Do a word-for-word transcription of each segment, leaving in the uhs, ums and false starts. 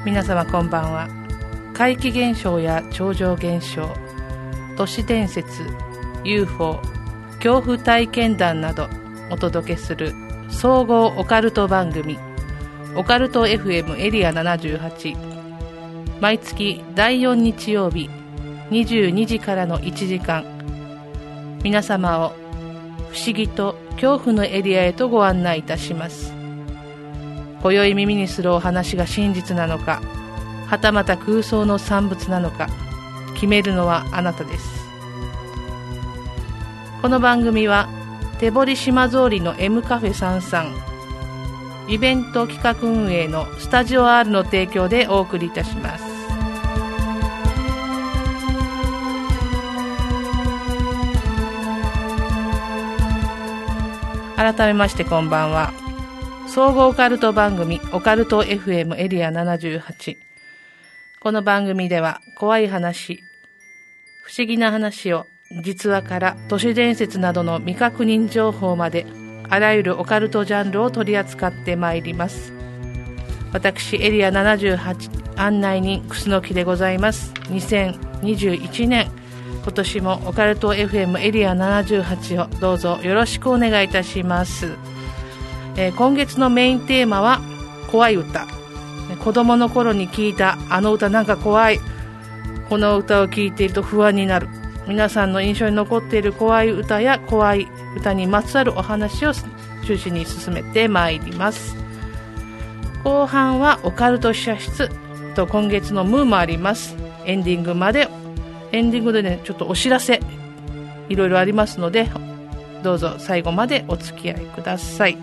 皆様こんばんは。怪奇現象や超常現象、都市伝説、 ユーフォー、 恐怖体験談などお届けする総合オカルト番組、オカルト エフエム エリアななじゅうはち。毎月だいよん日曜日にじゅうにじからのいちじかん、皆様を不思議と恐怖のエリアへとご案内いたします。今宵耳にするお話が真実なのか、はたまた空想の産物なのか、決めるのはあなたです。この番組は手堀島通りの M カフェさんさん、イベント企画運営のスタジオ R の提供でお送りいたします。改めましてこんばんは。総合オカルト番組オカルト エフエム エリアななじゅうはち。この番組では怖い話、不思議な話を実話から都市伝説などの未確認情報まで、あらゆるオカルトジャンルを取り扱ってまいります。私エリアななじゅうはち案内人楠木でございます。にせんにじゅういちねん、今年もオカルト エフエム エリアななじゅうはちをどうぞよろしくお願いいたします。えー、今月のメインテーマは怖い歌。子供の頃に聞いたあの歌なんか怖い、この歌を聞いていると不安になる、皆さんの印象に残っている怖い歌や怖い歌にまつわるお話を中心に進めてまいります。後半はオカルト試写室と今月のムーもあります。エンディングまで、エンディングでねちょっとお知らせいろいろありますので、どうぞ最後までお付き合いください。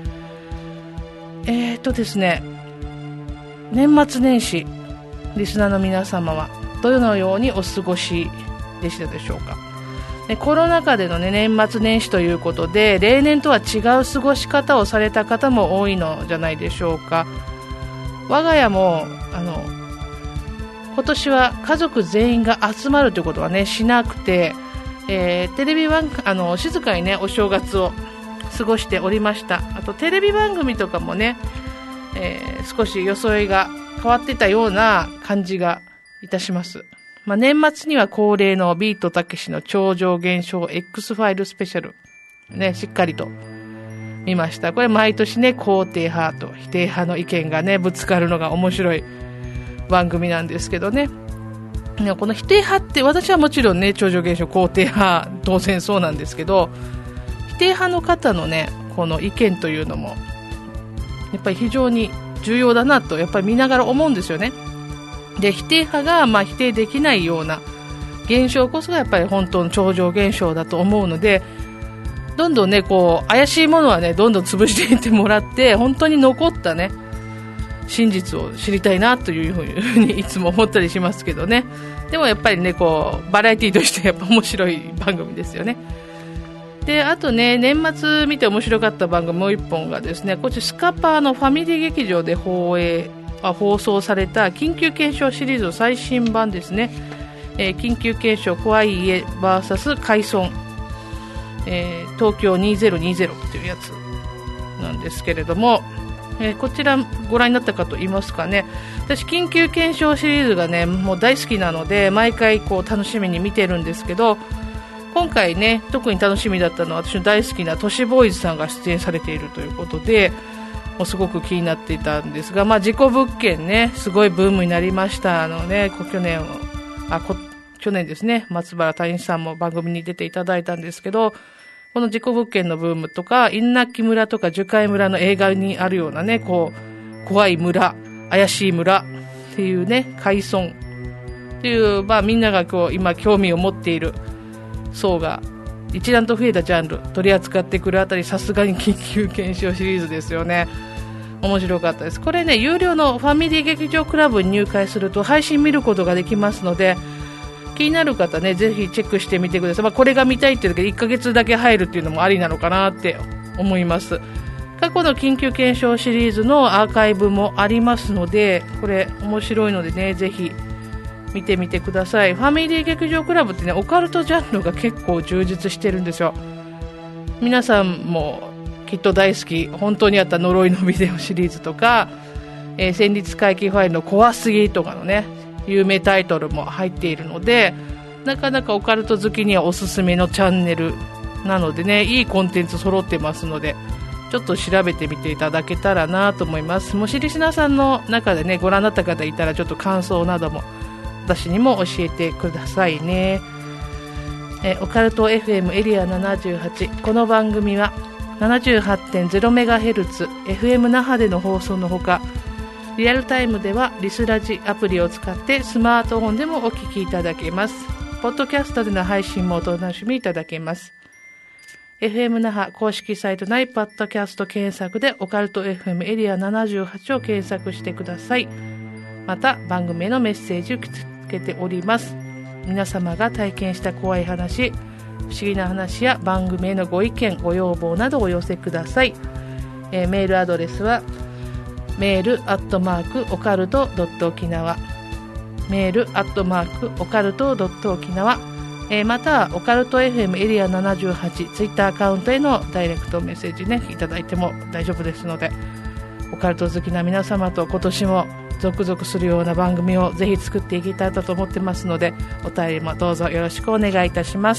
えーとですね年末年始、リスナーの皆様はどのようにお過ごしでしたでしょうか。でコロナ禍での、ね、年末年始ということで、例年とは違う過ごし方をされた方も多いのじゃないでしょうか。我が家もあの今年は家族全員が集まるということは、ね、しなくて、えー、テレビ番あの静かに、ね、お正月を過ごしておりました。あとテレビ番組とかもね、えー、少し装いが変わってたような感じがいたします。まあ、年末には恒例のビートたけしの超常現象 X ファイルスペシャル、ね、しっかりと見ました。これ毎年ね、肯定派と否定派の意見がねぶつかるのが面白い番組なんですけどね。この否定派って、私はもちろんね超常現象肯定派当然そうなんですけど、否定派の方のねこの意見というのもやっぱり非常に重要だなとやっぱり見ながら思うんですよね。で否定派がまあ否定できないような現象こそがやっぱり本当の超常現象だと思うので、どんどんねこう怪しいものはねどんどん潰していってもらって、本当に残ったね真実を知りたいなというふうにいつも思ったりしますけどね。でもやっぱりねこうバラエティとしてやっぱ面白い番組ですよね。であとね年末見て面白かった番組もう一本がですね、こっちスカパーのファミリー劇場で放映あ放送された緊急検証シリーズの最新版ですね。えー、緊急検証怖い家 ブイエス 海村、えー、東京にせんにじゅうというやつなんですけれども、えー、こちらご覧になったかと言いますかね。私緊急検証シリーズがねもう大好きなので毎回こう楽しみに見てるんですけど、今回ね特に楽しみだったのは私の大好きな都市ボーイズさんが出演されているということで、もうすごく気になっていたんですが、まあ、事故物件ねすごいブームになりました。あのね去年あこ去年ですね、松原谷さんも番組に出ていただいたんですけど、この事故物件のブームとか稲城村とか樹海村の映画にあるようなねこう怖い村、怪しい村っていうね海村っていう、まあ、みんながこう今興味を持っている層が一段と増えたジャンル取り扱ってくるあたり、さすがに緊急検証シリーズですよね。面白かったです。これね有料のファミリー劇場クラブに入会すると配信見ることができますので、気になる方ねぜひチェックしてみてください。まあ、これが見たいっていうだけでいっかげつだけ入るっていうのもありなのかなって思います。過去の緊急検証シリーズのアーカイブもありますので、これ面白いのでねぜひ見てみてください。ファミリー劇場クラブってねオカルトジャンルが結構充実してるんですよ。皆さんもきっと大好き、本当にあった呪いのビデオシリーズとか、 えー、戦慄回帰ファイルの怖すぎとかのね有名タイトルも入っているので、なかなかオカルト好きにはおすすめのチャンネルなのでね、いいコンテンツ揃ってますので、ちょっと調べてみていただけたらなと思います。もしリスナーさんの中でねご覧になった方いたら、ちょっと感想なども私にも教えてくださいね。えオカルト エフエム エリアななじゅうはち、この番組は ななじゅうはちてんゼロメガヘルツ エフエム 那覇での放送のほか、リアルタイムではリスラジアプリを使ってスマートフォンでもお聞きいただけます。ポッドキャストでの配信もお楽しみいただけます。 エフエム 那覇公式サイト内ポッドキャスト検索でオカルト エフエム エリアななじゅうはちを検索してください。また番組へのメッセージを受けております。皆様が体験した怖い話、不思議な話や番組へのご意見ご要望などお寄せください。えー、メールアドレスはメールアットマークオカルトドット沖縄、メールアットマークオカルトドット沖縄、えー、またオカルト エフエム エリアななじゅうはちツイッターアカウントへのダイレクトメッセージねいただいても大丈夫ですので、オカルト好きな皆様と今年もゾクゾクするような番組をぜひ作っていきたいと思ってますので、お便りもどうぞよろしくお願いいたします。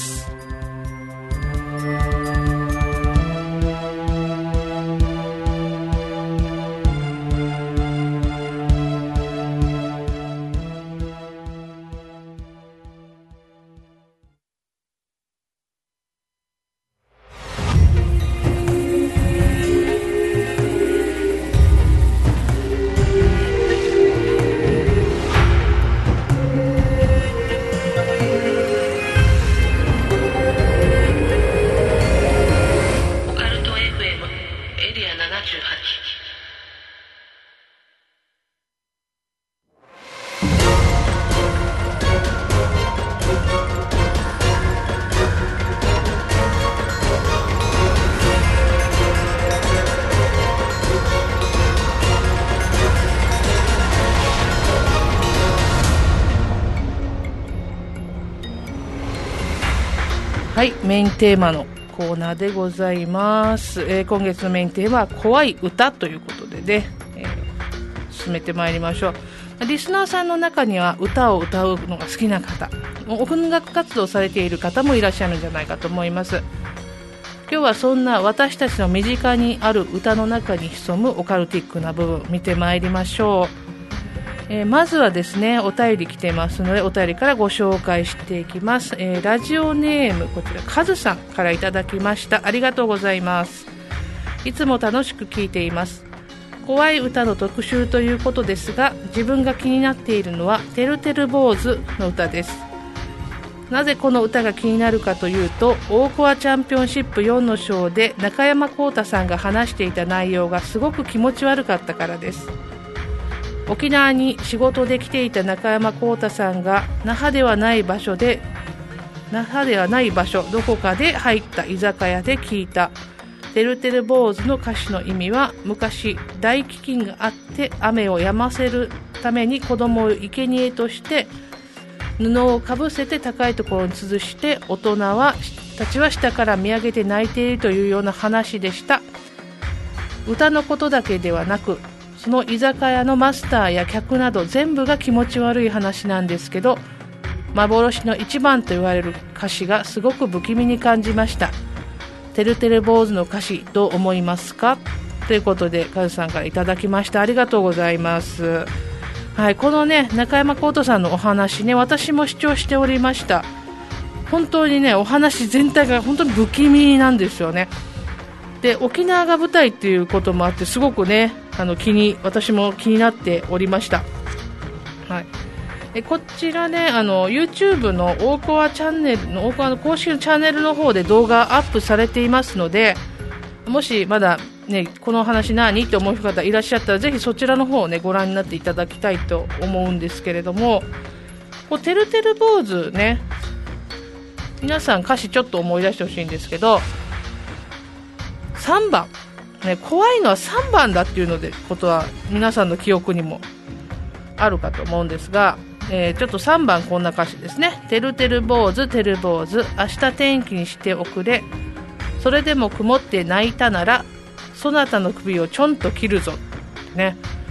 はい、メインテーマのコーナーでございます。えー、今月のメインテーマは怖い歌ということでね、えー、進めてまいりましょう。リスナーさんの中には歌を歌うのが好きな方、音楽活動されている方もいらっしゃるんじゃないかと思います。今日はそんな私たちの身近にある歌の中に潜むオカルティックな部分見てまいりましょう。えー、まずはですね、お便り来てますので、お便りからご紹介していきます。えー、ラジオネーム、こちらカズさんからいただきました。ありがとうございます。いつも楽しく聞いています。怖い歌の特集ということですが、自分が気になっているのはてるてる坊主の歌です。なぜこの歌が気になるかというと、大コアチャンピオンシップよんのショーで中山浩太さんが話していた内容がすごく気持ち悪かったからです。沖縄に仕事で来ていた中山浩太さんが那覇ではない場所で那覇ではない場所どこかで入った居酒屋で聞いたてるてる坊主の歌詞の意味は、昔大飢饉があって雨を止ませるために子供を生贄として布をかぶせて高いところに吊るして、大人はたちは下から見上げて泣いているというような話でした。歌のことだけではなく、その居酒屋のマスターや客など全部が気持ち悪い話なんですけど、幻の一番と言われる歌詞がすごく不気味に感じました。てるてる坊主の歌詞どう思いますか、ということでカズさんからいただきました。ありがとうございます。はい、このね中山浩太さんのお話ね、私も視聴しておりました。本当にねお話全体が本当に不気味なんですよね。で沖縄が舞台っていうこともあって、すごくねあの気に私も気になっておりました。はい、えこちらねあの YouTube の大コアチャンネルの大コアの公式のチャンネルの方で動画アップされていますので、もしまだねこの話何って思う方いらっしゃったら、ぜひそちらの方をねご覧になっていただきたいと思うんですけれども、こうてるてる坊主ね、皆さん歌詞ちょっと思い出してほしいんですけど、さんばん、ね、怖いのはさんばんだっていうのでことは皆さんの記憶にもあるかと思うんですが、えー、ちょっとさんばんこんな歌詞ですね。てるてる坊主てる坊主、明日天気にしておくれ、それでも曇って泣いたならそなたの首をちょんと切るぞ、ね、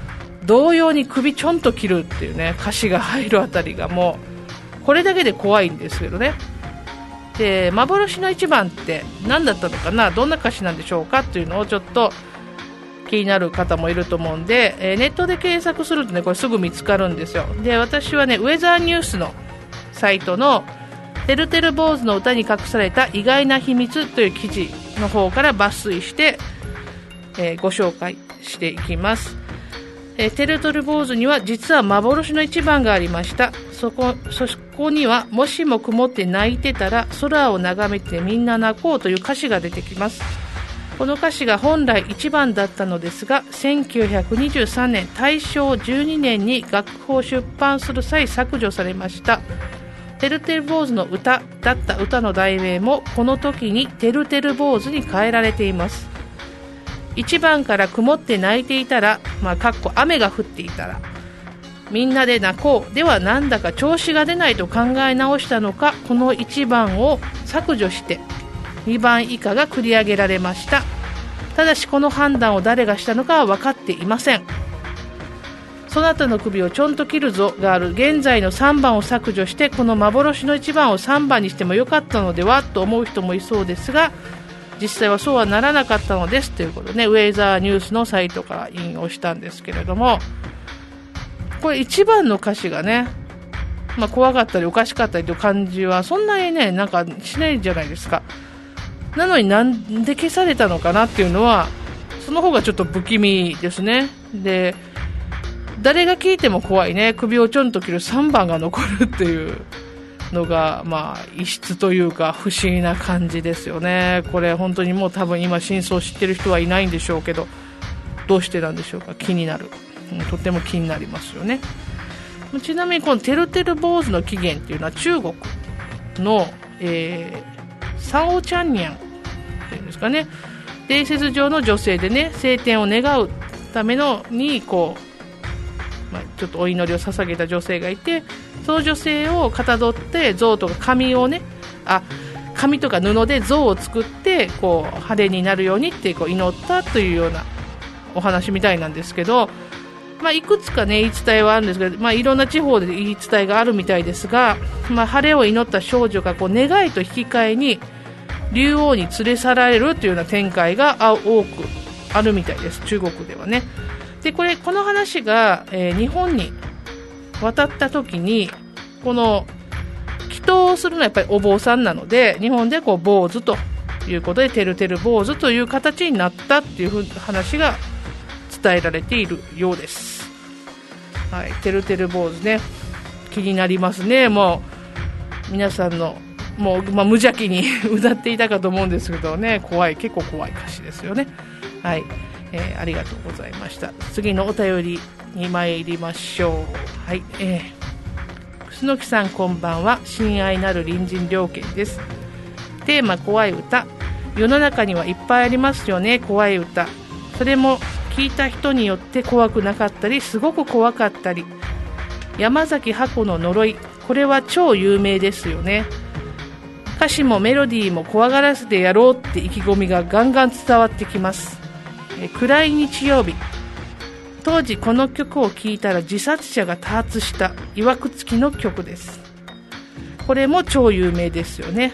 同様に首ちょんと切るっていうね歌詞が入るあたりがもうこれだけで怖いんですけどね。で幻の一番って何だったのかな、どんな歌詞なんでしょうかっていうのをちょっと気になる方もいると思うんで、えー、ネットで検索するとねこれすぐ見つかるんですよ。で私はねウェザーニュースのサイトのてるてる坊主の歌に隠された意外な秘密という記事の方から抜粋して、えー、ご紹介していきます。えー、てるてる坊主には実は幻の一番がありました。そこ、そこにはもしも曇って泣いてたら空を眺めてみんな泣こうという歌詞が出てきます。この歌詞が本来一番だったのですがせんきゅうひゃくにじゅうさんねん大正じゅうにねんに楽譜を出版する際削除されました。てるてる坊主の歌だった歌の題名もこの時にてるてる坊主に変えられています。いちばんから曇って泣いていたら、まあ、かっこ雨が降っていたらみんなで泣こうではなんだか調子が出ないと考え直したのかこのいちばんを削除してにばん以下が繰り上げられました。ただしこの判断を誰がしたのかは分かっていません。そなたの首をちょんと切るぞがある現在のさんばんを削除してこの幻のいちばんをさんばんにしてもよかったのではと思う人もいそうですが実際はそうはならなかったのですということでねウェザーニュースのサイトから引用したんですけれども、これいちばんの歌詞がね、まあ、怖かったりおかしかったりという感じはそんなにねなんかしないじゃないですか。なのになんで消されたのかなっていうのはその方がちょっと不気味ですね。で誰が聞いても怖いね、首をちょんと切るさんばんが残るっていうのがまあ異質というか不思議な感じですよね。これ本当にもう多分今真相を知ってる人はいないんでしょうけどどうしてなんでしょうか、気になる、うん、とても気になりますよね。ちなみにこのてるてる坊主の起源っていうのは中国の、えー、サオチャンニャンっていうんですかね、伝説上の女性でね晴天を願うためのにこうまあ、ちょっとお祈りを捧げた女性がいてその女性をかたどって象とか紙をねあ紙とか布で象を作ってこう派手になるようにってこう祈ったというようなお話みたいなんですけど、まあ、いくつかね言い伝えはあるんですけど、まあ、いろんな地方で言い伝えがあるみたいですが、まあ、晴れを祈った少女がこう願いと引き換えに竜王に連れ去られるというような展開が多くあるみたいです、中国ではね。でこれこの話が、えー、日本に渡った時にこの祈祷をするのはやっぱりお坊さんなので日本でこう坊主ということでてるてる坊主という形になったっていう話が伝えられているようです。はい、てるてる坊主ね気になりますね。もう皆さんのもう、まあ、無邪気に歌っていたかと思うんですけどね、怖い結構怖い歌詞ですよね。はい、えー、ありがとうございました。次のお便りに参りましょう。はい、えー、楠木さんこんばんは。親愛なる隣人良犬です。テーマ怖い歌。世の中にはいっぱいありますよね、怖い歌。それも聞いた人によって怖くなかったりすごく怖かったり。山崎箱の呪い、これは超有名ですよね。歌詞もメロディーも怖がらせてやろうって意気込みがガンガン伝わってきます。暗い日曜日、当時この曲を聴いたら自殺者が多発した曰く付きの曲です。これも超有名ですよね。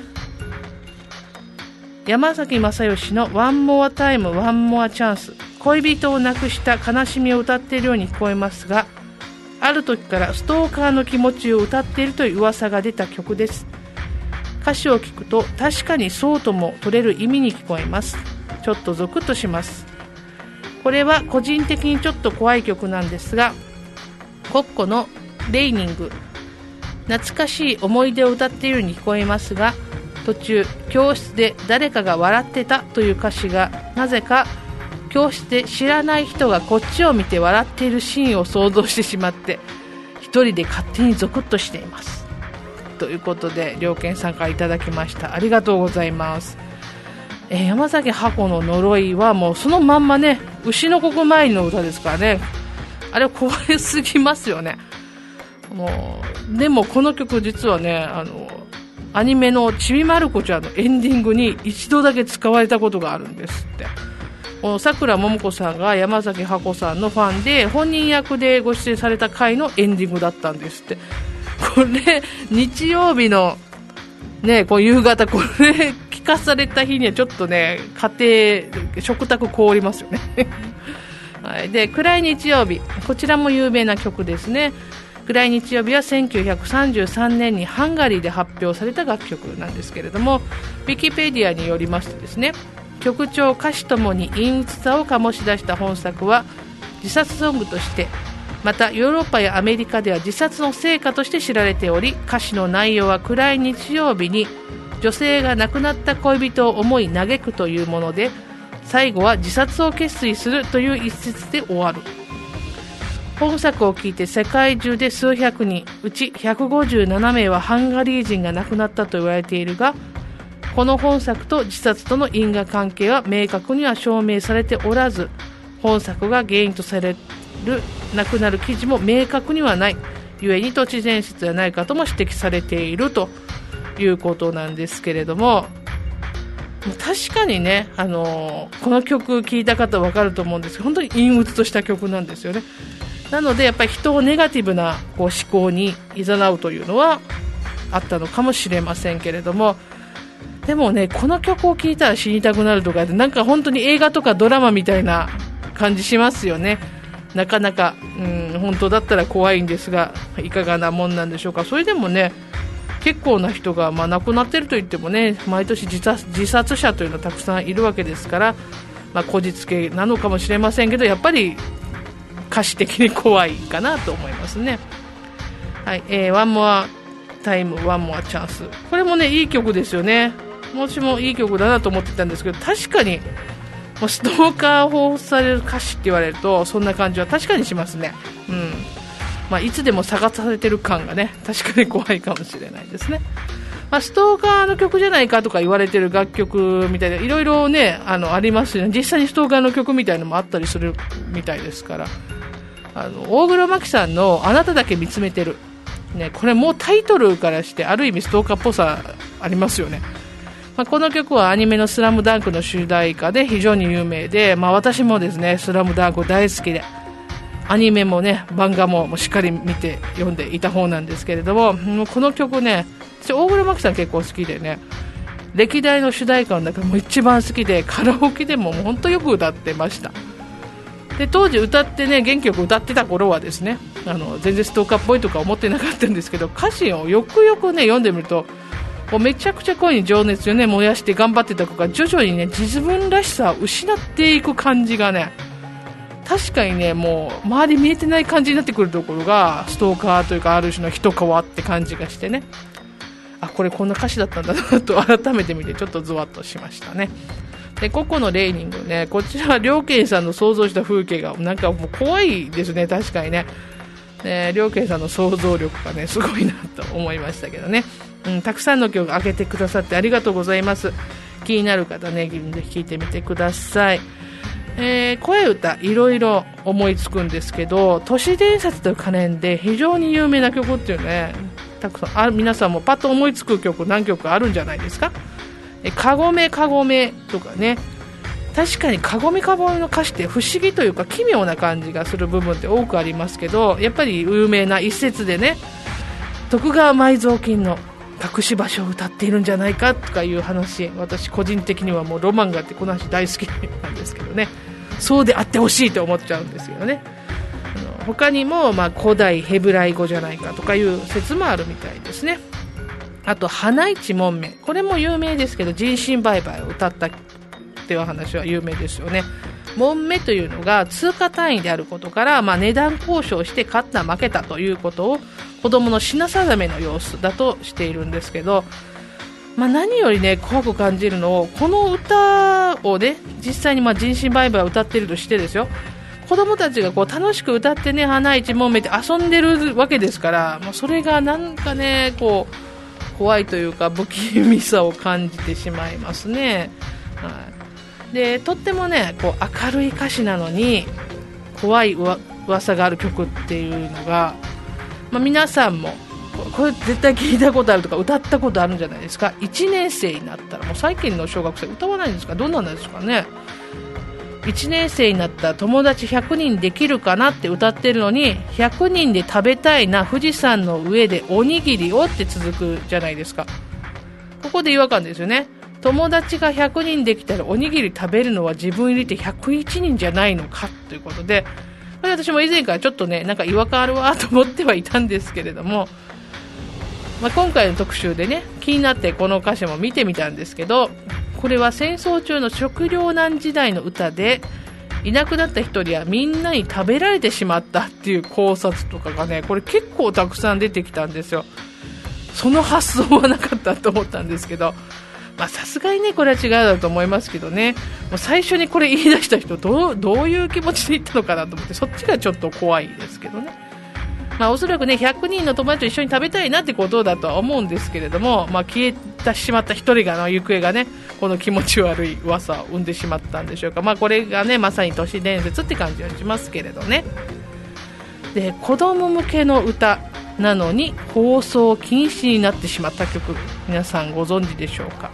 山崎正義の One More Time One More Chance、 恋人を亡くした悲しみを歌っているように聞こえますが、ある時からストーカーの気持ちを歌っているという噂が出た曲です。歌詞を聞くと確かにそうとも取れる意味に聞こえます。ちょっとゾクッとします。これは個人的にちょっと怖い曲なんですが、コッコのレイニング、懐かしい思い出を歌っているように聞こえますが、途中教室で誰かが笑ってたという歌詞がなぜか教室で知らない人がこっちを見て笑っているシーンを想像してしまって一人で勝手にゾクッとしていますということで、良犬さんからいただきました。ありがとうございます。えー、山崎箱の呪いはもうそのまんまね、牛の国参りの歌ですからね、あれ怖いすぎますよね。もうでもこの曲実はね、あのアニメのちびまる子ちゃんのエンディングに一度だけ使われたことがあるんですって。 さくらももこさんが山崎ハコさんのファンで本人役でご出演された回のエンディングだったんですって。これ日曜日の、ね、こう夕方これ聞かされた日にはちょっとね家庭食卓凍りますよね、はい、で暗い日曜日、こちらも有名な曲ですね。暗い日曜日はせんきゅうひゃくさんじゅうさんねんにハンガリーで発表された楽曲なんですけれども、ウィキペディアによりますとですね、曲調歌詞ともに陰鬱さを醸し出した本作は自殺ソングとして、またヨーロッパやアメリカでは自殺の成果として知られており、歌詞の内容は暗い日曜日に女性が亡くなった恋人を思い嘆くというもので、最後は自殺を決意するという一節で終わる。本作を聞いて世界中で数百人、うちひゃくごじゅうななめいはハンガリー人が亡くなったと言われているが、この本作と自殺との因果関係は明確には証明されておらず、本作が原因とされる亡くなる記事も明確にはない、故に都市伝説ではないかとも指摘されているということなんですけれども、確かにね、あのー、この曲聴いた方は分かると思うんですけど、本当に陰鬱とした曲なんですよね。なのでやっぱり人をネガティブなこう思考に誘うというのはあったのかもしれませんけれども、でもね、この曲を聴いたら死にたくなるとか、なんか本当に映画とかドラマみたいな感じしますよね。なかなか、うん、本当だったら怖いんですが、いかがなもんなんでしょうか。それでもね、結構な人が、まあ、亡くなっているといってもね、毎年自殺、自殺者というのはたくさんいるわけですから、まあ、こじつけなのかもしれませんけど、やっぱり歌詞的に怖いかなと思いますね。はい、えー、One More Time, One More Chance、 これもねいい曲ですよね。私もいい曲だなと思ってたんですけど、確かにストーカー放出される歌詞って言われるとそんな感じは確かにしますね。うん、まあ、いつでも探されてる感がね確かに怖いかもしれないですね。まあ、ストーカーの曲じゃないかとか言われてる楽曲みたいでいろいろね あのありますよね。実際にストーカーの曲みたいのもあったりするみたいですから、あの大黒摩季さんのあなただけ見つめてる、ね、これもうタイトルからしてある意味ストーカーっぽさありますよね。まあ、この曲はアニメのスラムダンクの主題歌で非常に有名で、まあ、私もですねスラムダンク大好きで、アニメもね漫画もしっかり見て読んでいた方なんですけれども、もうこの曲ね、大黒摩季さん結構好きでね、歴代の主題歌の中でも一番好きで、カラオケでももう本当よく歌ってました。で当時歌ってね元気よく歌ってた頃はですね、あの全然ストーカーっぽいとか思ってなかったんですけど、歌詞をよくよくね読んでみるともうめちゃくちゃ恋に情熱をね燃やして頑張ってた子が徐々にね自分らしさを失っていく感じがね、確かにねもう周り見えてない感じになってくるところがストーカーというかある種の一皮って感じがしてね、あこれこんな歌詞だったんだなと改めて見てちょっとゾワッとしましたね。で個々のレーニングね、こちらは両賢さんの想像した風景がなんかもう怖いですね。確かにね、ね両賢さんの想像力がねすごいなと思いましたけどね、うん、たくさんの曲開けてくださってありがとうございます。気になる方ねぜひ聴いてみてください。えー、声歌いろいろ思いつくんですけど、都市伝説という関連で非常に有名な曲っていうねたくさんあ、皆さんもパッと思いつく曲何曲あるんじゃないですか。えかごめかごめとかね、確かにかごめかごめの歌詞って不思議というか奇妙な感じがする部分って多くありますけど、やっぱり有名な一節でね、徳川埋蔵金の隠し場所を歌っているんじゃないかとかいう話、私個人的にはもうロマンがあってこの話大好きなんですけどね、そうであってほしいと思っちゃうんですよね。あの他にも、まあ、古代ヘブライ語じゃないかとかいう説もあるみたいですね。あと花一門目、これも有名ですけど人身売買を歌ったっていう話は有名ですよね。門目というのが通貨単位であることから、まあ、値段交渉して勝った負けたということを子供の品定めの様子だとしているんですけど、まあ、何よりね怖く感じるのを、この歌をね実際にまあ人身売買を歌っているとしてですよ、子供たちがこう楽しく歌ってね花一門目って遊んでるわけですから、まあ、それがなんかねこう怖いというか不気味さを感じてしまいますね。はい、でとってもねこう明るい歌詞なのに怖い噂がある曲っていうのが、まあ、皆さんもこれ絶対聞いたことあるとか歌ったことあるんじゃないですか。いちねん生になったらもう最近の小学生歌わないんですか、どんなんですかね。 いちねん生になったら友達ひゃくにんできるかなって歌ってるのに、ひゃくにんで食べたいな富士山の上でおにぎりをって続くじゃないですか。ここで違和感ですよね。友達がひゃくにんできたらおにぎり食べるのは自分入れてひゃくいちにんじゃないのかということで、これ私も以前からちょっとねなんか違和感あるわと思ってはいたんですけれども、まあ、今回の特集でね気になってこの歌詞も見てみたんですけど、これは戦争中の食糧難時代の歌で、いなくなった一人はみんなに食べられてしまったっていう考察とかがね、これ結構たくさん出てきたんですよ。その発想はなかったと思ったんですけど、まあさすがにねこれは違うだと思いますけどね、もう最初にこれ言い出した人どう、どういう気持ちで言ったのかなと思って、そっちがちょっと怖いですけどね。まあ、おそらくねひゃくにんの友達と一緒に食べたいなってことだとは思うんですけれども、まあ、消えてしまった一人がの行方がねこの気持ち悪い噂を生んでしまったんでしょうか。まあ、これがねまさに都市伝説って感じはしますけれどね。で子供向けの歌なのに放送禁止になってしまった曲、皆さんご存知でしょうか。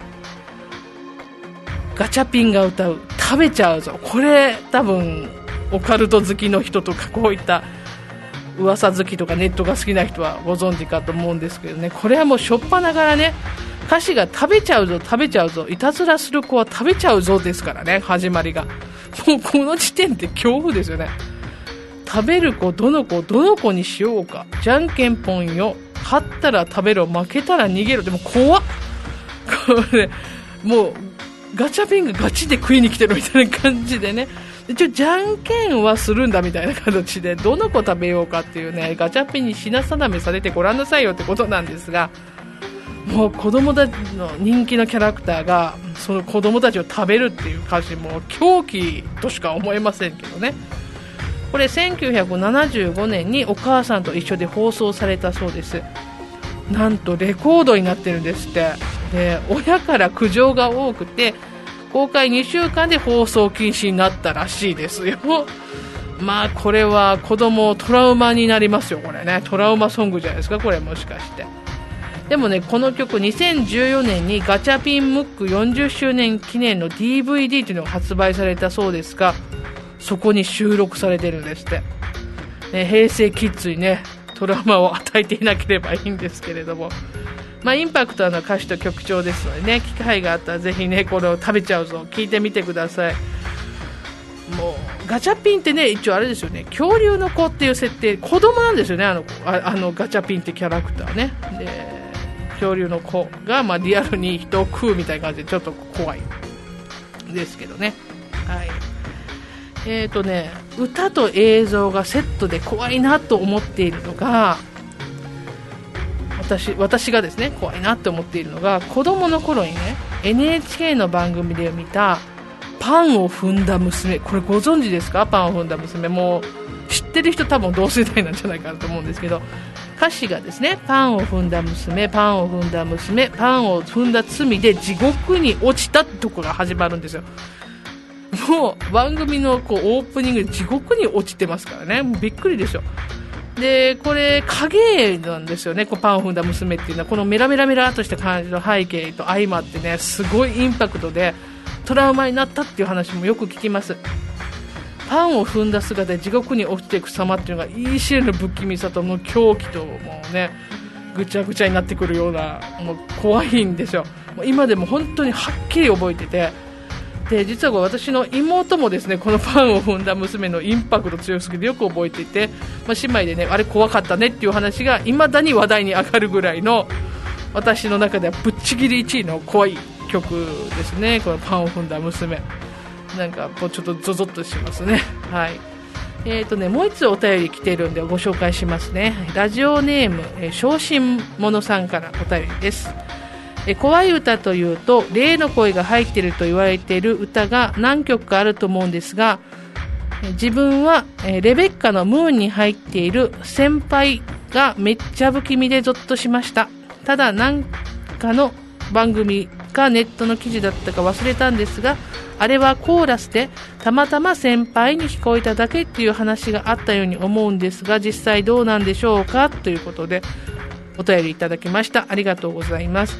ガチャピンが歌う食べちゃうぞ、これ多分オカルト好きの人とかこういった噂好きとかネットが好きな人はご存知かと思うんですけどね、これはもうしょっぱながらね歌詞が食べちゃうぞ食べちゃうぞ、いたずらする子は食べちゃうぞですからね、始まりがもうこの時点で恐怖ですよね。食べる子どの子どの子にしようか、じゃんけんぽんよ、勝ったら食べろ負けたら逃げろ、でも怖っこれもうガチャピンがガチで食いに来てるみたいな感じでね、一応じゃんけんはするんだみたいな形でどの子食べようかっていうねガチャピンに品定めされてごらんなさいよってことなんですが、もう子供たちの人気のキャラクターがその子供たちを食べるっていう歌詞も狂気としか思えませんけどね。これせんきゅうひゃくななじゅうごねんにお母さんと一緒で放送されたそうです。なんとレコードになってるんですって。で親から苦情が多くて公開にしゅうかんで放送禁止になったらしいですよ。まあこれは子供トラウマになりますよ、これねトラウマソングじゃないですかこれ、もしかして。でもねこの曲にせんじゅうよねんにガチャピンムックよんじゅっしゅうねん記念の ディーブイディー というのが発売されたそうですが、そこに収録されてるんですって、ね、平成キッズにねトラウマを与えていなければいいんですけれども、まあ、インパクトの歌詞と曲調ですのでね、機会があったらぜひねこれを食べちゃうぞ聞いてみてください。もうガチャピンってね一応あれですよね、恐竜の子っていう設定、子供なんですよね、あのああのガチャピンってキャラクターね。で恐竜の子が、まあ、リアルに人を食うみたいな感じでちょっと怖いですけどね。はい、えーとね歌と映像がセットで怖いなと思っているのが、私, 私がですね怖いなって思っているのが、子供の頃にね エヌエイチケー の番組で見たパンを踏んだ娘、これご存知ですか。パンを踏んだ娘、もう知ってる人多分同世代なんじゃないかなと思うんですけど、歌詞がですねパンを踏んだ娘パンを踏んだ娘パンを踏んだ罪で地獄に落ちたってとこが始まるんですよ。もう番組のこうオープニングで地獄に落ちてますからね、もうびっくりですよ。でこれ影なんですよね、こうパンを踏んだ娘っていうのはこのメラメラメラとした感じの背景と相まってねすごいインパクトでトラウマになったっていう話もよく聞きます。パンを踏んだ姿で地獄に落ちていく様っていうのが言い知れぬ不気味さともう狂気ともうねぐちゃぐちゃになってくるような、もう怖いんですよ。もう今でも本当にはっきり覚えてて、で実はこれ私の妹もですねこのパンを踏んだ娘のインパクト強すぎてよく覚えていて、まあ、姉妹でねあれ怖かったねっていう話が未だに話題に上がるぐらいの、私の中ではぶっちぎりいちいの怖い曲ですね、このパンを踏んだ娘。なんかこうちょっとゾゾッとしますね。はい、えーとねもう一つお便り来ているんでご紹介しますね。ラジオネーム、えー、小心者さんからお便りです。え怖い歌というと霊の声が入っていると言われている歌が何曲かあると思うんですが、自分はえレベッカのムーンに入っている先輩がめっちゃ不気味でゾッとしました。ただ何かの番組かネットの記事だったか忘れたんですが、あれはコーラスでたまたま先輩に聞こえただけっていう話があったように思うんですが、実際どうなんでしょうかということでお便りいただきました。ありがとうございます。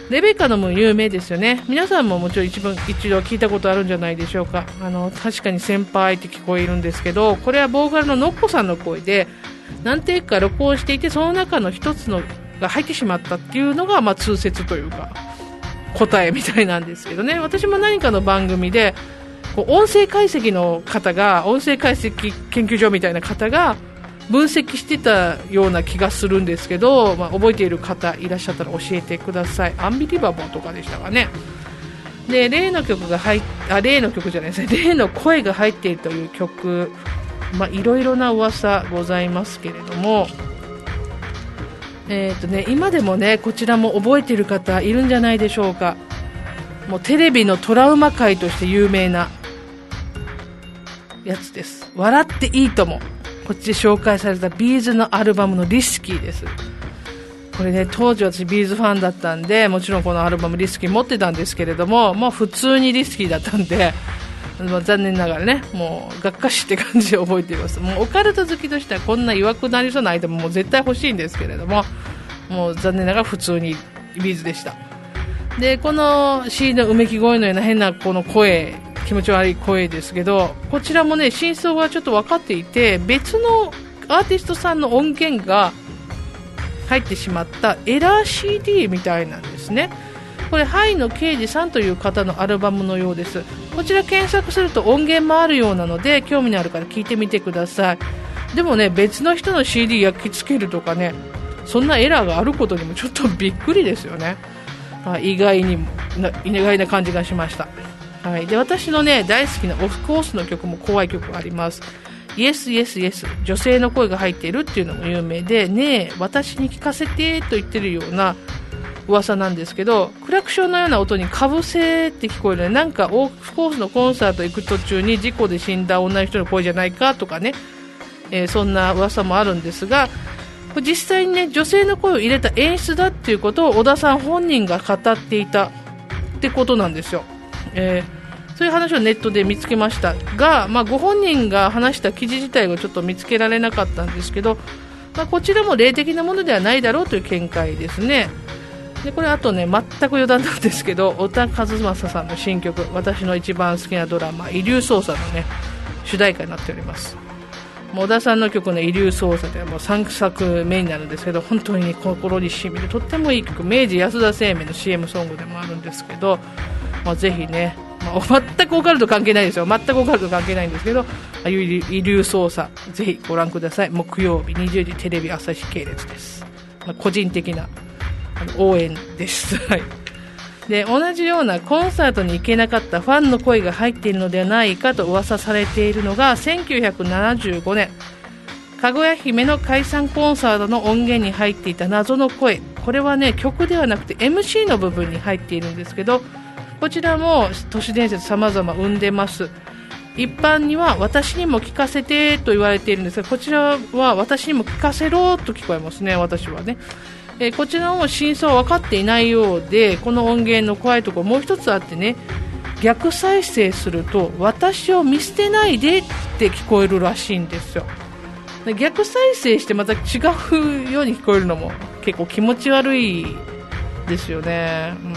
レベカのムーン有名ですよね。皆さんももちろん一番一度聞いたことあるんじゃないでしょうか。あの確かに先輩って聞こえるんですけど、これはボーカルのノッコさんの声で何テイクか録音していて、その中の一つのが入ってしまったっていうのが、まあ、通説というか答えみたいなんですけどね。私も何かの番組でこう音声解析の方が、音声解析研究所みたいな方が分析してたような気がするんですけど、まあ、覚えている方いらっしゃったら教えてください。アンビリバボーとかでしたかね。で、例の曲が入っあ例の曲じゃないですね、例の声が入っているという曲、まあ、いろいろな噂ございますけれども、えーとね、今でもねこちらも覚えている方いるんじゃないでしょうか。もうテレビのトラウマ界として有名なやつです。笑っていいとも、こっちで紹介されたビーズのアルバムのリスキーです。これね、当時私ビーズファンだったんで、もちろんこのアルバムリスキー持ってたんですけれども、もう普通にリスキーだったんで、まあ、残念ながらね、もうがっかしって感じで覚えています。もうオカルト好きとしてはこんな曰くなりそうなアイテムも絶対欲しいんですけれども、もう残念ながら普通にビーズでした。で、この シーディー のうめき声のような変なこの声、気持ち悪い声ですけど、こちらもね真相がちょっと分かっていて、別のアーティストさんの音源が入ってしまったエラー シーディー みたいなんですね。これハイの刑事さんという方のアルバムのようです。こちら検索すると音源もあるようなので、興味のあるから聞いてみてください。でもね、別の人の シーディー 焼き付けるとかね、そんなエラーがあることにもちょっとびっくりですよね。あ、意外にな意外な感じがしました。はい、で私のね大好きなオフコースの曲も怖い曲があります。イエスイエスイエス、女性の声が入っているっていうのも有名で、ねえ私に聞かせてと言ってるような噂なんですけど、クラクションのような音にかぶせって聞こえるね。なんかオフコースのコンサート行く途中に事故で死んだ女の人の声じゃないかとかね、えー、そんな噂もあるんですが、これ実際にね女性の声を入れた演出だっていうことを小田さん本人が語っていたってことなんですよ。えーそういう話をネットで見つけましたが、まあ、ご本人が話した記事自体をちょっと見つけられなかったんですけど、まあ、こちらも霊的なものではないだろうという見解ですね。でこれあとね全く余談なんですけど、小田和正さんの新曲、私の一番好きなドラマ遺留捜査のね主題歌になっております。小田さんの曲の遺留捜査ではもうさんさくめになるんですけど、本当に、ね、心にしみるとってもいい曲、明治安田生命の シーエム ソングでもあるんですけど、まあ、ぜひね、まあ、全くオカルト関係ないですよ。全くオカルト関係ないんですけど、遺留捜査ぜひご覧ください。木曜日にじゅうじテレビ朝日系列です。まあ、個人的なあの応援です。はい。で同じようなコンサートに行けなかったファンの声が入っているのではないかと噂されているのが、せんきゅうひゃくななじゅうごねんかぐや姫の解散コンサートの音源に入っていた謎の声。これはね曲ではなくて エムシー の部分に入っているんですけど、こちらも都市伝説様々生んでます。一般には私にも聞かせてと言われているんですが、こちらは私にも聞かせろと聞こえますね。私はね、えー、こちらも真相は分かっていないようで、この音源の怖いところもう一つあってね、逆再生すると私を見捨てないでって聞こえるらしいんですよ。で逆再生してまた違うように聞こえるのも結構気持ち悪いですよね。うん、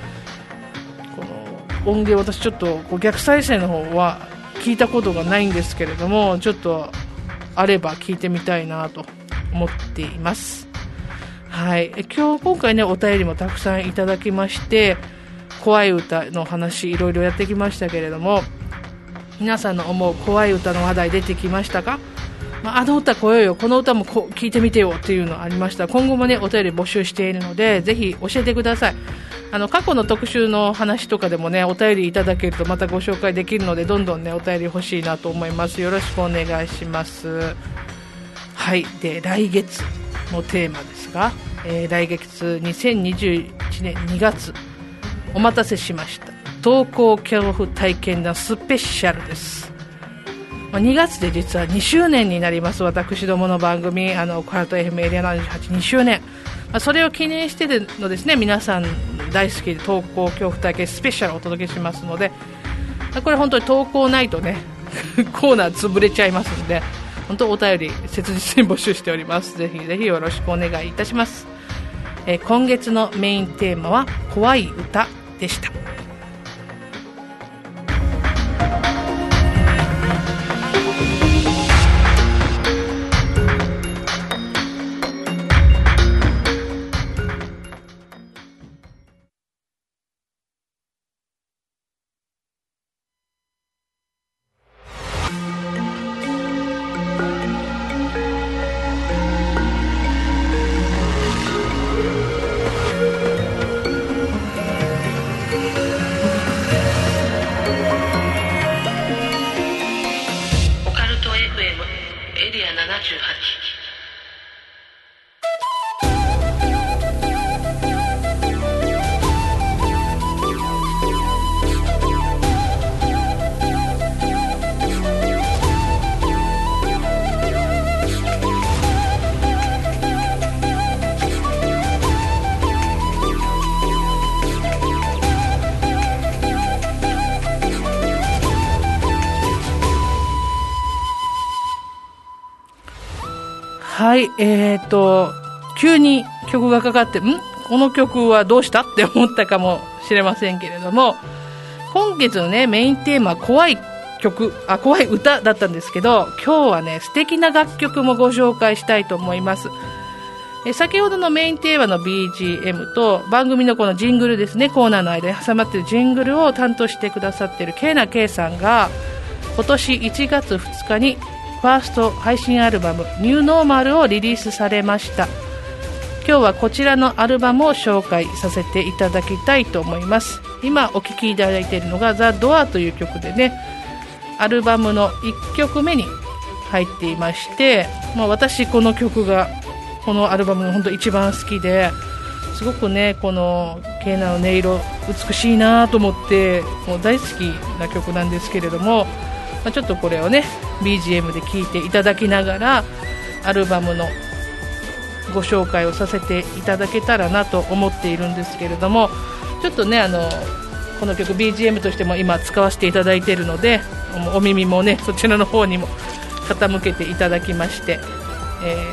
音源私ちょっとこう逆再生の方は聞いたことがないんですけれども、ちょっとあれば聞いてみたいなと思っています。はい、今日今回ねお便りもたくさんいただきまして、怖い歌の話いろいろやってきましたけれども、皆さんの思う怖い歌の話題出てきましたか？まあ、あの歌怖いよ、この歌もこ聞いてみてよっていうのありました。今後もねお便り募集しているのでぜひ教えてください。あの過去の特集の話とかでもねお便りいただけるとまたご紹介できるので、どんどんねお便り欲しいなと思います。よろしくお願いします。はい。で来月のテーマですが、えー、来月にせんにじゅういちねんにがつお待たせしました、登校恐怖体験談スペシャルです。まあ、にがつで実はにしゅうねんになります。私どもの番組あのオカルト エフエム エリアななじゅうはちにしゅうねん、まあ、それを記念してのですね、皆さん大好きで登校恐怖体験スペシャルをお届けしますので、これ本当に登校ないとねコーナー潰れちゃいますので、本当お便り切実に募集しております。ぜひぜひよろしくお願いいたします。 えー、今月のメインテーマは怖い歌でした。はい、えーと、急に曲がかかって、んこの曲はどうしたって思ったかもしれませんけれども、今月のね、メインテーマは怖い曲、あ、怖い歌だったんですけど、今日はね、素敵な楽曲もご紹介したいと思います。え先ほどのメインテーマの ビージーエム と番組のこのジングルですね、コーナーの間に挟まっているジングルを担当してくださっているケイナケイさんが今年いちがつふつかにファースト配信アルバムニューノーマルをリリースされました。今日はこちらのアルバムを紹介させていただきたいと思います。今お聴きいただいているのがザ・ドアという曲でね、アルバムのいっきょくめに入っていまして、まあ、私この曲がこのアルバムの本当一番好きで、すごくねこのケイナの音色美しいなと思ってもう大好きな曲なんですけれども、まあ、ちょっとこれをね ビージーエム で聴いていただきながらアルバムのご紹介をさせていただけたらなと思っているんですけれども、ちょっとねあのこの曲 ビージーエム としても今使わせていただいているので、お耳もねそちらの方にも傾けていただきまして、え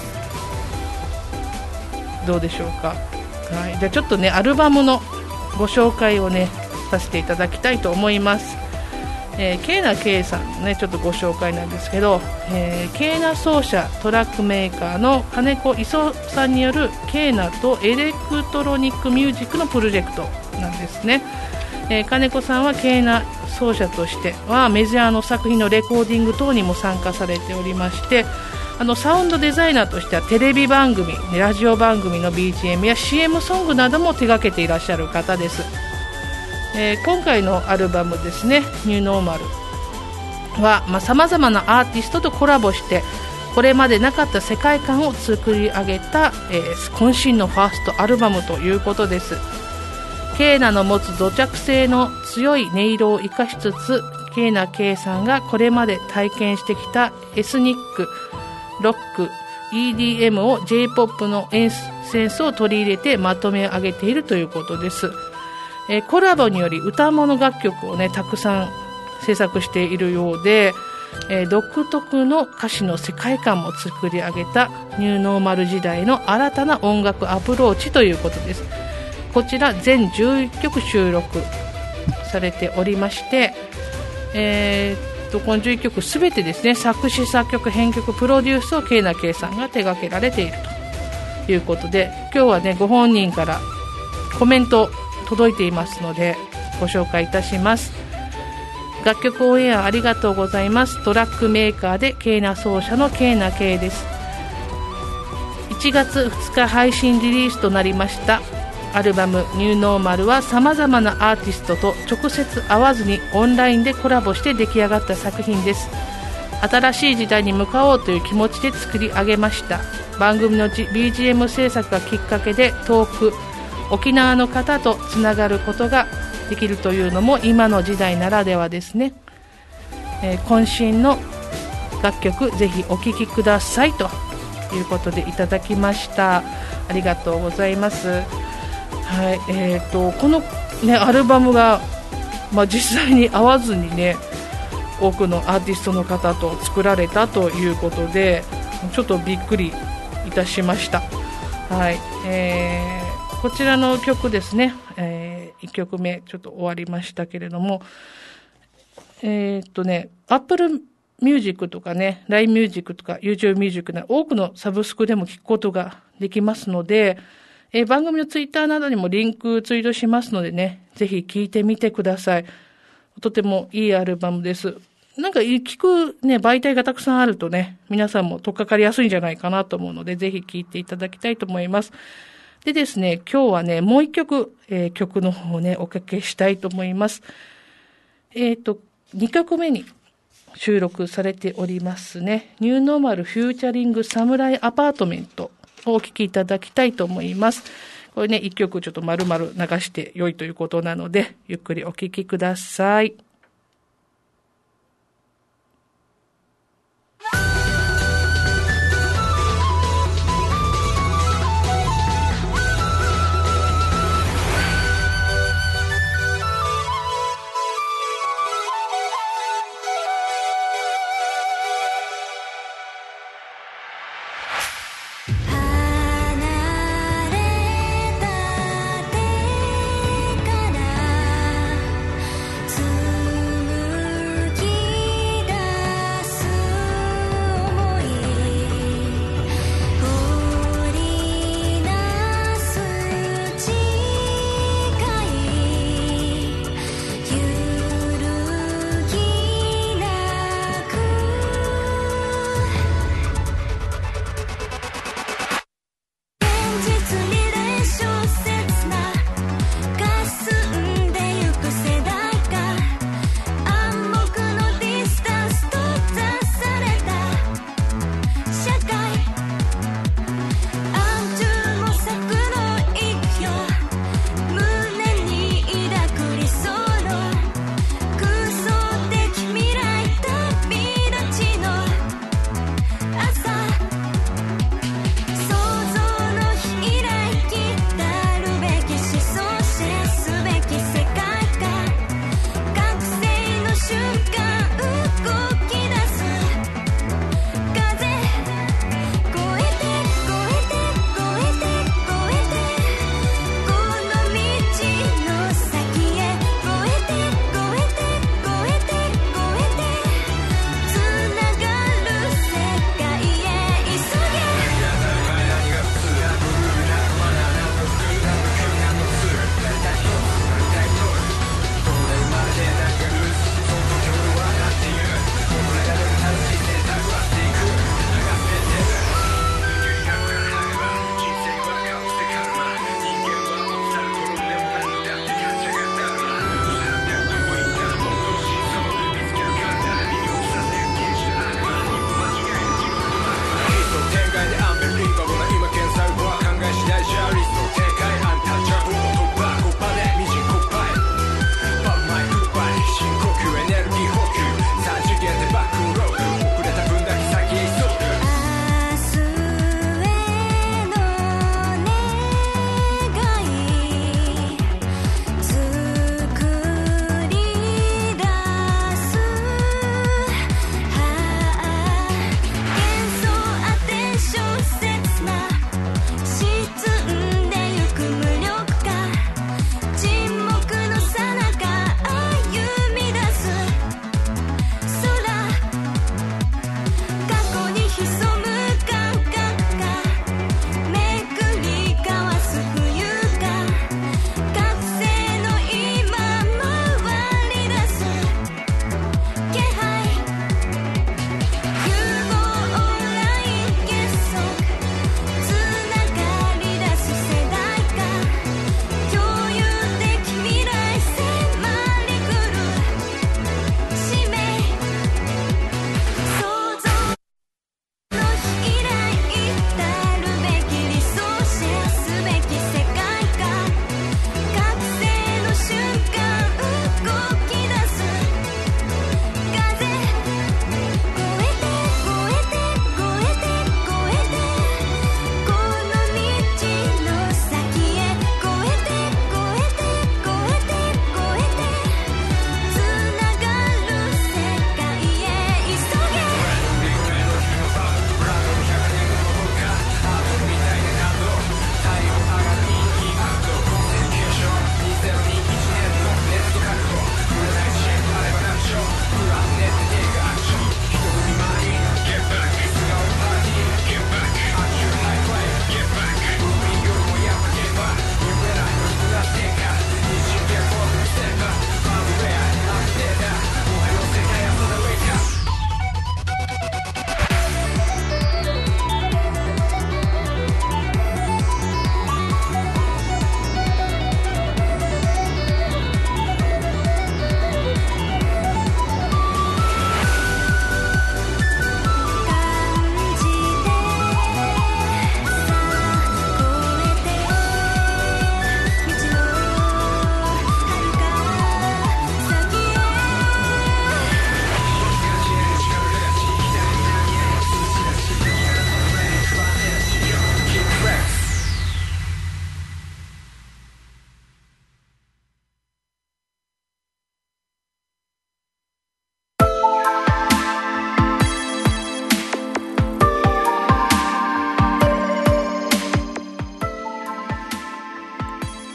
ー、どうでしょうか。はい、じゃあちょっとねアルバムのご紹介をねさせていただきたいと思います。えー、ケイナケイさんのねちょっとご紹介なんですけど、えー、ケイナ奏者トラックメーカーの金子磯さんによるケイナとエレクトロニックミュージックのプロジェクトなんですね。えー、金子さんはケイナ奏者としてはメジャーの作品のレコーディング等にも参加されておりまして、あのサウンドデザイナーとしてはテレビ番組、ラジオ番組の ビージーエム や シーエム ソングなども手掛けていらっしゃる方です。えー、今回のアルバムですねニューノーマルはさまざ、まなアーティストとコラボしてこれまでなかった世界観を作り上げた、えー、渾身のファーストアルバムということです。ケイナの持つ土着性の強い音色を生かしつつ、ケイナケイさんがこれまで体験してきたエスニック、ロック、イーディーエム を J-ポップ のエッセンスを取り入れてまとめ上げているということです。えー、コラボにより歌物楽曲をねたくさん制作しているようで、えー、独特の歌詞の世界観も作り上げたニューノーマル時代の新たな音楽アプローチということです。こちら全じゅういっきょく収録されておりまして、えー、とこのじゅういっきょくすべてですね作詞作曲編曲プロデュースをケイナケイさんが手掛けられているということで、今日はねご本人からコメント届いていますのでご紹介いたします。楽曲オンエアありがとうございます。トラックメーカーでケイナ奏者のケイナケイです。いちがつふつか配信リリースとなりましたアルバムニューノーマルはさまざまなアーティストと直接会わずにオンラインでコラボして出来上がった作品です。新しい時代に向かおうという気持ちで作り上げました。番組の ビージーエム 制作がきっかけで遠く沖縄の方とつながることができるというのも今の時代ならではですね。えー、渾身の楽曲ぜひお聴きくださいということでいただきました。ありがとうございます。はい、えー、とこの、ね、アルバムが、まあ、実際に会わずにね多くのアーティストの方と作られたということでちょっとびっくりいたしました。 はい、えー、こちらの曲ですね、えー、いっきょくめちょっと終わりましたけれども、えー、っとね、Apple Music とかね、ライン Music とか YouTube Music な多くのサブスクでも聴くことができますので、えー、番組のツイッターなどにもリンクツイートしますのでね、ぜひ聴いてみてください。とてもいいアルバムです。なんか聞くね、媒体がたくさんあるとね、皆さんも取っかかりやすいんじゃないかなと思うので、ぜひ聴いていただきたいと思います。でですね、今日はね、もう一曲、えー、曲の方をね、おかけしたいと思います。えっと、にきょくめに収録されておりますね、ニューノーマルフューチャリングサムライアパートメントをお聴きいただきたいと思います。これね、一曲ちょっと丸々流して良いということなので、ゆっくりお聴きください。 「ずっと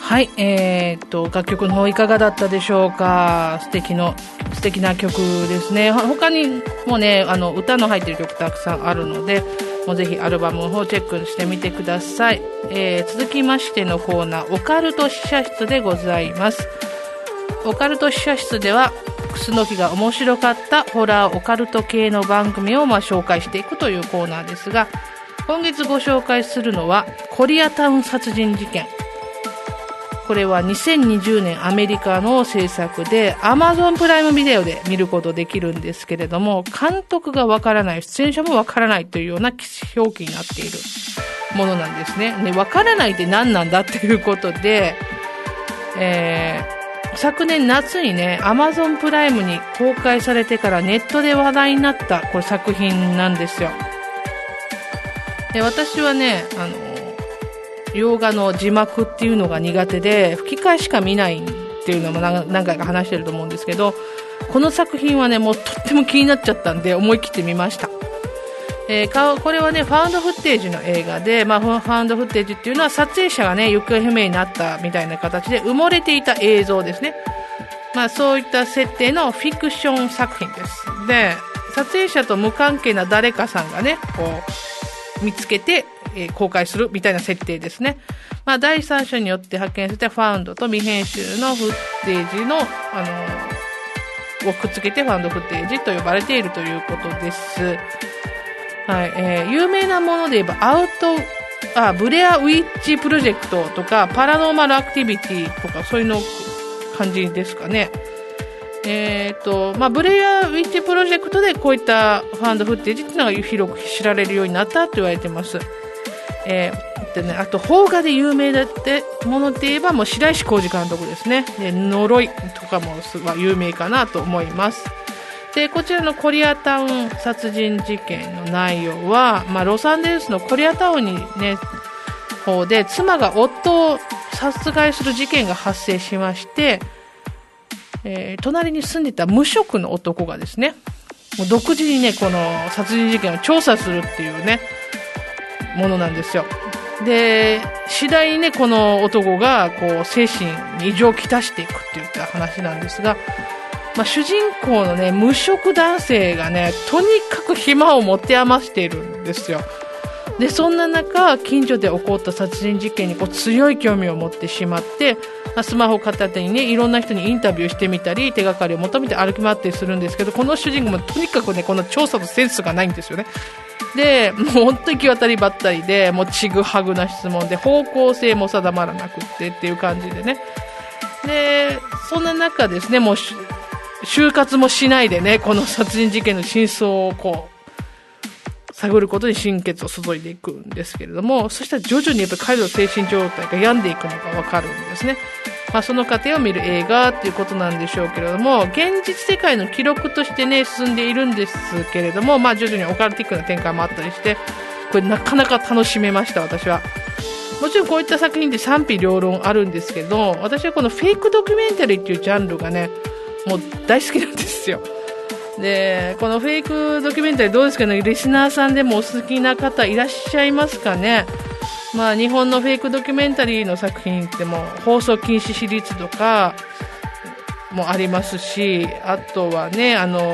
はい、えー、っと楽曲の方いかがだったでしょうか。素敵の素敵な曲ですね。他にもね、あの歌の入ってる曲たくさんあるので、もうぜひアルバムの方チェックしてみてください。えー、続きましてのコーナー、オカルト試写室でございます。オカルト試写室では楠木が面白かったホラーオカルト系の番組をまあ紹介していくというコーナーですが、今月ご紹介するのはコリアタウン殺人事件。これはにせんにじゅうねんアメリカの制作で Amazon プライムビデオで見ることできるんですけれども、監督がわからない、出演者もわからないというような表記になっているものなんですね。で、わからないって何なんだっていうことで、えー、昨年夏にね Amazon プライムに公開されてからネットで話題になったこれ作品なんですよ。で、私はね、あの洋画の字幕っていうのが苦手で吹き替えしか見ないっていうのも何回か話してると思うんですけど、この作品はねもうとっても気になっちゃったんで思い切ってみました。えー、これはねファウンドフッテージの映画で、まあ、ファウンドフッテージっていうのは撮影者がね行方不明になったみたいな形で埋もれていた映像ですね。まあそういった設定のフィクション作品です。で、撮影者と無関係な誰かさんがねこう見つけてえー、公開するみたいな設定ですね。まあ、第三者によって発見されたファウンドと未編集のフッテージの、あのー、をくっつけてファウンドフッテージと呼ばれているということです。はい、えー、有名なもので言えばアウト、あ、ブレアウィッチプロジェクトとかパラノーマルアクティビティとかそういうの感じですかね。えーとまあ、ブレアウィッチプロジェクトでこういったファウンドフッテージっていうのが広く知られるようになったと言われてます。えーでね、あと邦画で有名だってもので言えばもう白石浩二監督ですね。で、呪いとかもは有名かなと思います。で、こちらのコリアタウン殺人事件の内容は、まあ、ロサンゼルスのコリアタウンにね方で妻が夫を殺害する事件が発生しまして、えー、隣に住んでた無職の男がですねもう独自にねこの殺人事件を調査するっていうねものなんですよ。で、次第にねこの男がこう精神に異常をきたしていくっていった話なんですが、まあ、主人公のね無職男性がねとにかく暇を持て余しているんですよ。で、そんな中近所で起こった殺人事件にこう強い興味を持ってしまって、スマホを片手にねいろんな人にインタビューしてみたり手がかりを求めて歩き回ったりするんですけど、この主人公もとにかくねこの調査のセンスがないんですよね。で、もう本当に行き渡りばったりでもうちぐはぐな質問で方向性も定まらなくってっていう感じでね。で、そんな中ですねもう就活もしないでねこの殺人事件の真相をこう探ることに心血を注いでいくんですけれども、そしたら徐々にやっぱり彼の精神状態が病んでいくのがわかるんですね。まあ、その過程を見る映画っていうことなんでしょうけれども、現実世界の記録としてね進んでいるんですけれども、まあ徐々にオカルティックな展開もあったりして、これなかなか楽しめました。私はもちろんこういった作品って賛否両論あるんですけど、私はこのフェイクドキュメンタリーっていうジャンルがねもう大好きなんですよ。で、このフェイクドキュメンタリーどうですかね、リスナーさんでもお好きな方いらっしゃいますかね。まあ、日本のフェイクドキュメンタリーの作品っても放送禁止シリーズとかもありますし、あとはね、あの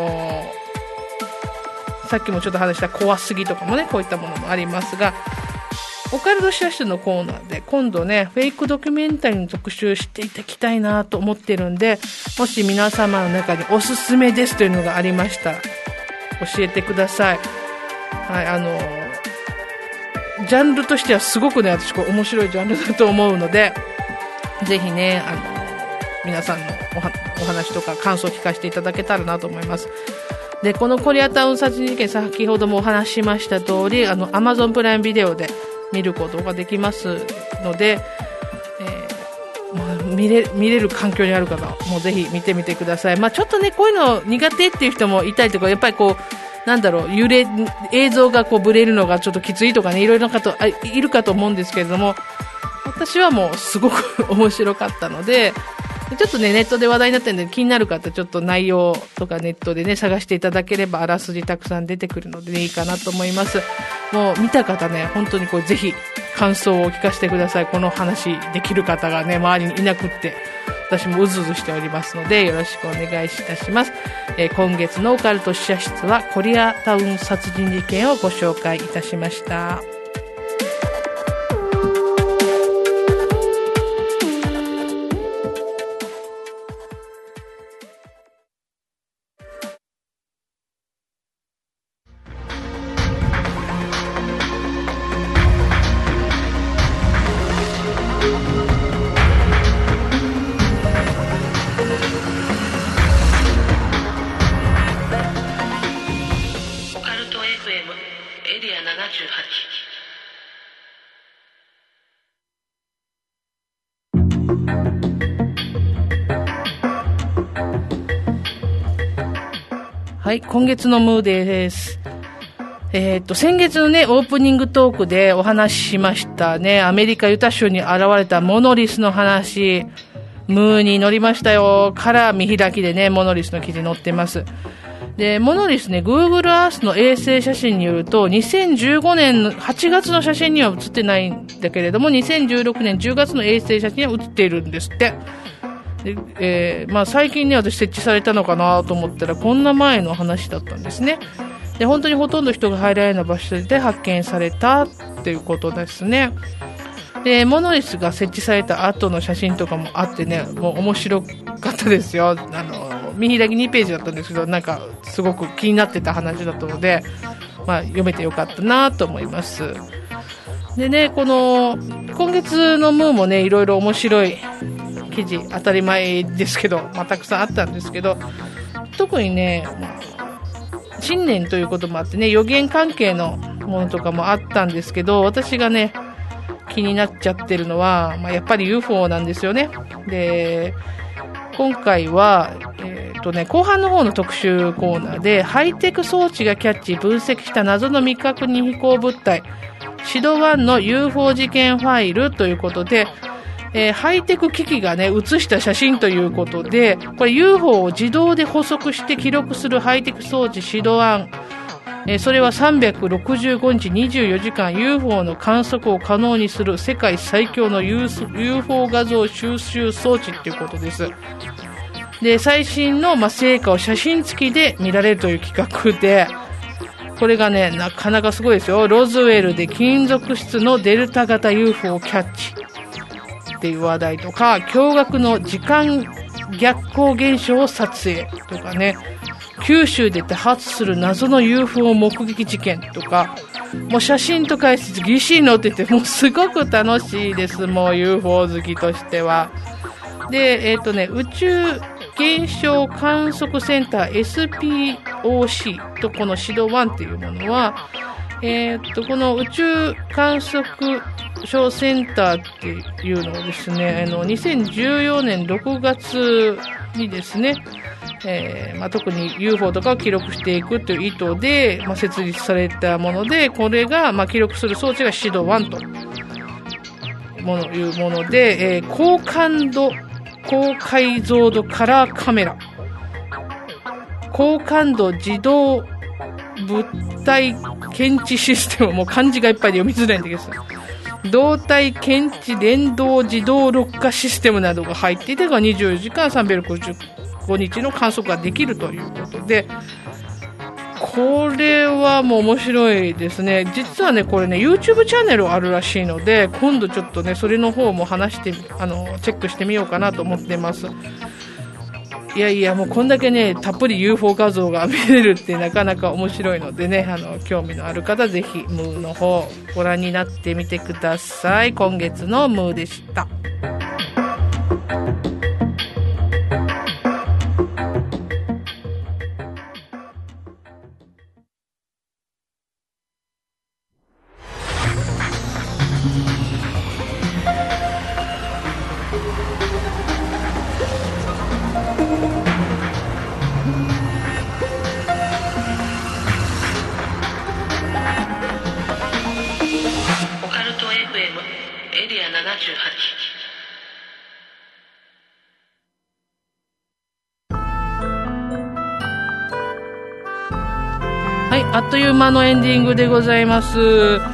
ー、さっきもちょっと話した怖すぎとかもねこういったものもありますが、オカルトシャシのコーナーで今度ねフェイクドキュメンタリーの特集していただきたいなと思ってるんで、もし皆様の中におすすめですというのがありましたら教えてください。はい、あのージャンルとしてはすごくね私これ面白いジャンルだと思うので、ぜひねあの皆さんの お, はお話とか感想を聞かせていただけたらなと思います。で、このコリアタウン殺人事件先ほどもお話ししました通り、あの Amazon プライムビデオで見ることができますので、えーまあ、見れ、見れる環境にある方はもうぜひ見てみてください。まあ、ちょっとねこういうの苦手っていう人もいたりとか、やっぱりこうなんだろう揺れ映像がこうブレるのがちょっときついとかねいろいろな方あいるかと思うんですけれども、私はもうすごく面白かったので、ちょっとねネットで話題になってるんで気になる方ちょっと内容とかネットでね探していただければあらすじたくさん出てくるので、ね、いいかなと思います。もう見た方ね本当にこうぜひ感想を聞かせてください。この話できる方がね、周りにいなくって、私もうずうずしておりますので、よろしくお願いいたします。えー、今月のオカルト試写室はコリアタウン殺人事件をご紹介いたしました。はい、今月のムーです。えー、っと、先月のね、オープニングトークでお話ししましたね、アメリカユタ州に現れたモノリスの話、ムーに乗りましたよ。から見開きでね、モノリスの記事載ってます。で、モノリスね、Google Earth の衛星写真によると、にせんじゅうごねんのはちがつの写真には写ってないんだけれども、にせんじゅうろくねんじゅうがつの衛星写真には写っているんですって。で、えー、まあ最近ね、私設置されたのかなと思ったら、こんな前の話だったんですね。で、本当にほとんど人が入らないような場所で発見されたっていうことですね。で、モノリスが設置された後の写真とかもあってね、もう面白かったですよ。あの、見開きにページだったんですけど、なんかすごく気になってた話だったので、まあ読めてよかったなと思います。でね、この、今月のムーもね、いろいろ面白い記事、当たり前ですけど、まあたくさんあったんですけど、特にね、まあ、新年ということもあってね、予言関係のものとかもあったんですけど、私がね、気になっちゃってるのは、まあ、やっぱり ユーフォー なんですよね。で、今回は、えっとね、後半の方の特集コーナーで、ハイテク装置がキャッチ、分析した謎の未確認飛行物体、シドワンの ユーフォー 事件ファイルということで、えー、ハイテク機器がね、写した写真ということで、これ ユーフォー を自動で捕捉して記録するハイテク装置シドワン。えー、それはさんびゃくろくじゅうごにちにじゅうよじかん ユーフォー の観測を可能にする世界最強の ユーフォー 画像収集装置っていうことです。で、最新の、まあ、成果を写真付きで見られるという企画で、これがね、なかなかすごいですよ。ロズウェルで金属質のデルタ型 ユーフォー をキャッチっていう話題とか、驚愕の時間逆光現象を撮影とかね、九州で多発する謎の ユーフォー 目撃事件とか、もう写真と解説ぎっしり載ってて、もうすごく楽しいです。もう ユーフォー 好きとしては。で、えっとね、宇宙現象観測センター エスピーオーシー とこのシドワンっていうものは、えっと、この宇宙観測小センターっていうのをですね、あの、にせんじゅうよねんろくがつにですね、えーまあ、特に ユーフォー とかを記録していくという意図で、まあ、設立されたもので、これが、まあ、記録する装置がシドワンとものいうもので、えー、高感度高解像度カラーカメラ、高感度自動物体検知システム、もう漢字がいっぱいで読みづらいんだけどさ、動体検知連動自動録画システムなどが入っていてがにじゅうよじかんさんびゃくろくじゅうごにちの観測ができるということで、これはもう面白いですね。実はね、これね、YouTube チャンネルあるらしいので、今度ちょっとね、それの方も話して、あの、チェックしてみようかなと思ってます。いやいや、もうこんだけね、たっぷり ユーフォー 画像が見れるってなかなか面白いのでね、あの、興味のある方、ぜひ、ムーの方、ご覧になってみてください。今月のムーでした。はい、あっという間のエンディングでございます。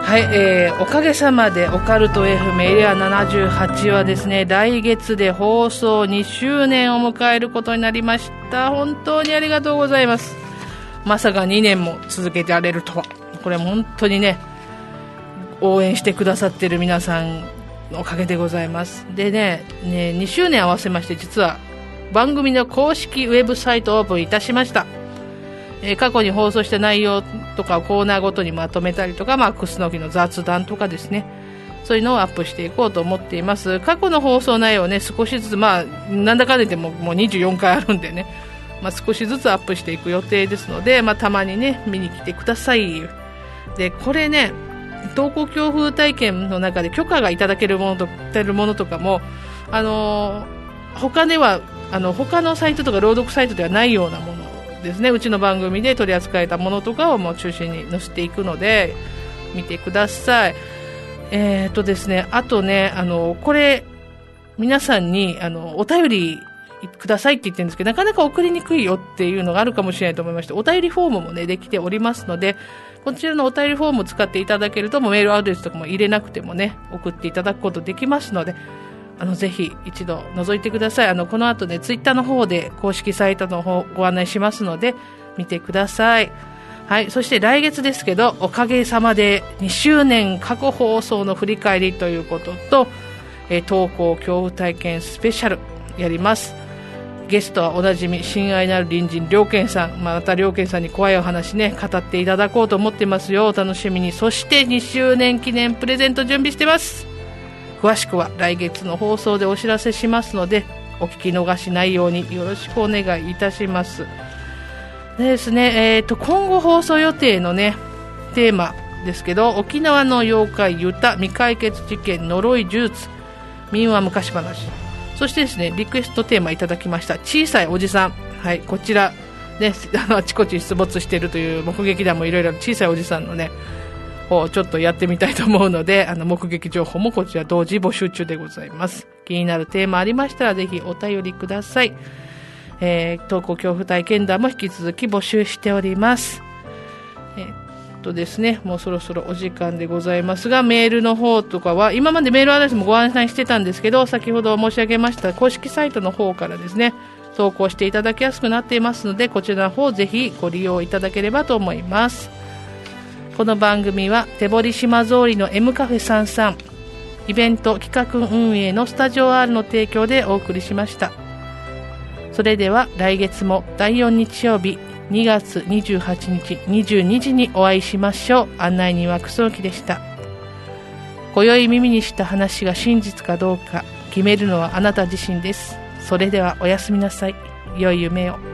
はい、えー、おかげさまでオカルト エフエム エリアななじゅうはちはですね、来月で放送にしゅうねんを迎えることになりました。本当にありがとうございます。まさかにねんも続けてられるとは。これ本当にね、応援してくださっている皆さんのおかげでございます。で ね, ねにしゅうねん合わせまして、実は番組の公式ウェブサイトをオープンいたしました。えー、過去に放送した内容とかをコーナーごとにまとめたりとか、まあ、クスノキの雑談とかですね、そういうのをアップしていこうと思っています。過去の放送内容をね、少しずつ、まあ、なんだかんだでももうにじゅうよんかいあるんでね、まあ、少しずつアップしていく予定ですので、まあ、たまにね、見に来てください。で、これね、投稿強風体験の中で許可がいただけるものと、るものとかも、あのー、他では、あの、他のサイトとか朗読サイトではないようなものですね、うちの番組で取り扱えたものとかをもう中心に載せていくので見てください。えーとですね、あとね、あのこれ皆さんにあのお便りくださいって言ってるんですけど、なかなか送りにくいよっていうのがあるかもしれないと思いまして、お便りフォームもねできておりますので、こちらのお便りフォームを使っていただけると、もうメールアドレスとかも入れなくてもね送っていただくことできますので、あのぜひ一度覗いてください。あのこの後ねツイッターの方で公式サイトの方ご案内しますので見てください。はい、そして来月ですけど、おかげさまでにしゅうねん過去放送の振り返りということと、えー、投稿恐怖体験スペシャルやります。ゲストはおなじみ親愛なる隣人良健さん、また良健さんに怖いお話ね語っていただこうと思ってますよ。お楽しみに。そしてにしゅうねん記念プレゼント準備してます。詳しくは来月の放送でお知らせしますので、お聞き逃しないようによろしくお願いいたします。でですね、えーと、今後放送予定のねテーマですけど、沖縄の妖怪ユタ未解決事件呪い呪術民話昔話、そしてですねリクエストテーマいただきました小さいおじさん、はい、こちらね、あのあちこち出没しているという目撃談もいろいろ小さいおじさんのねをちょっとやってみたいと思うので、あの目撃情報もこちら同時募集中でございます。気になるテーマありましたらぜひお便りください。えー、投稿恐怖体験談も引き続き募集しております。えー、っとですね、もうそろそろお時間でございますが、メールの方とかは今までメールアドレスもご案内してたんですけど、先ほど申し上げました公式サイトの方からですね投稿していただきやすくなっていますので、こちらの方ぜひご利用いただければと思います。この番組は手堀島通りの M カフェさんじゅうさんイベント企画運営のスタジオ R の提供でお送りしました。それでは来月もだいよん日曜日にがつにじゅうはちにちにじゅうにじにお会いしましょう。案内人は楠木でした。今宵耳にした話が真実かどうか決めるのはあなた自身です。それではおやすみなさい。良い夢を。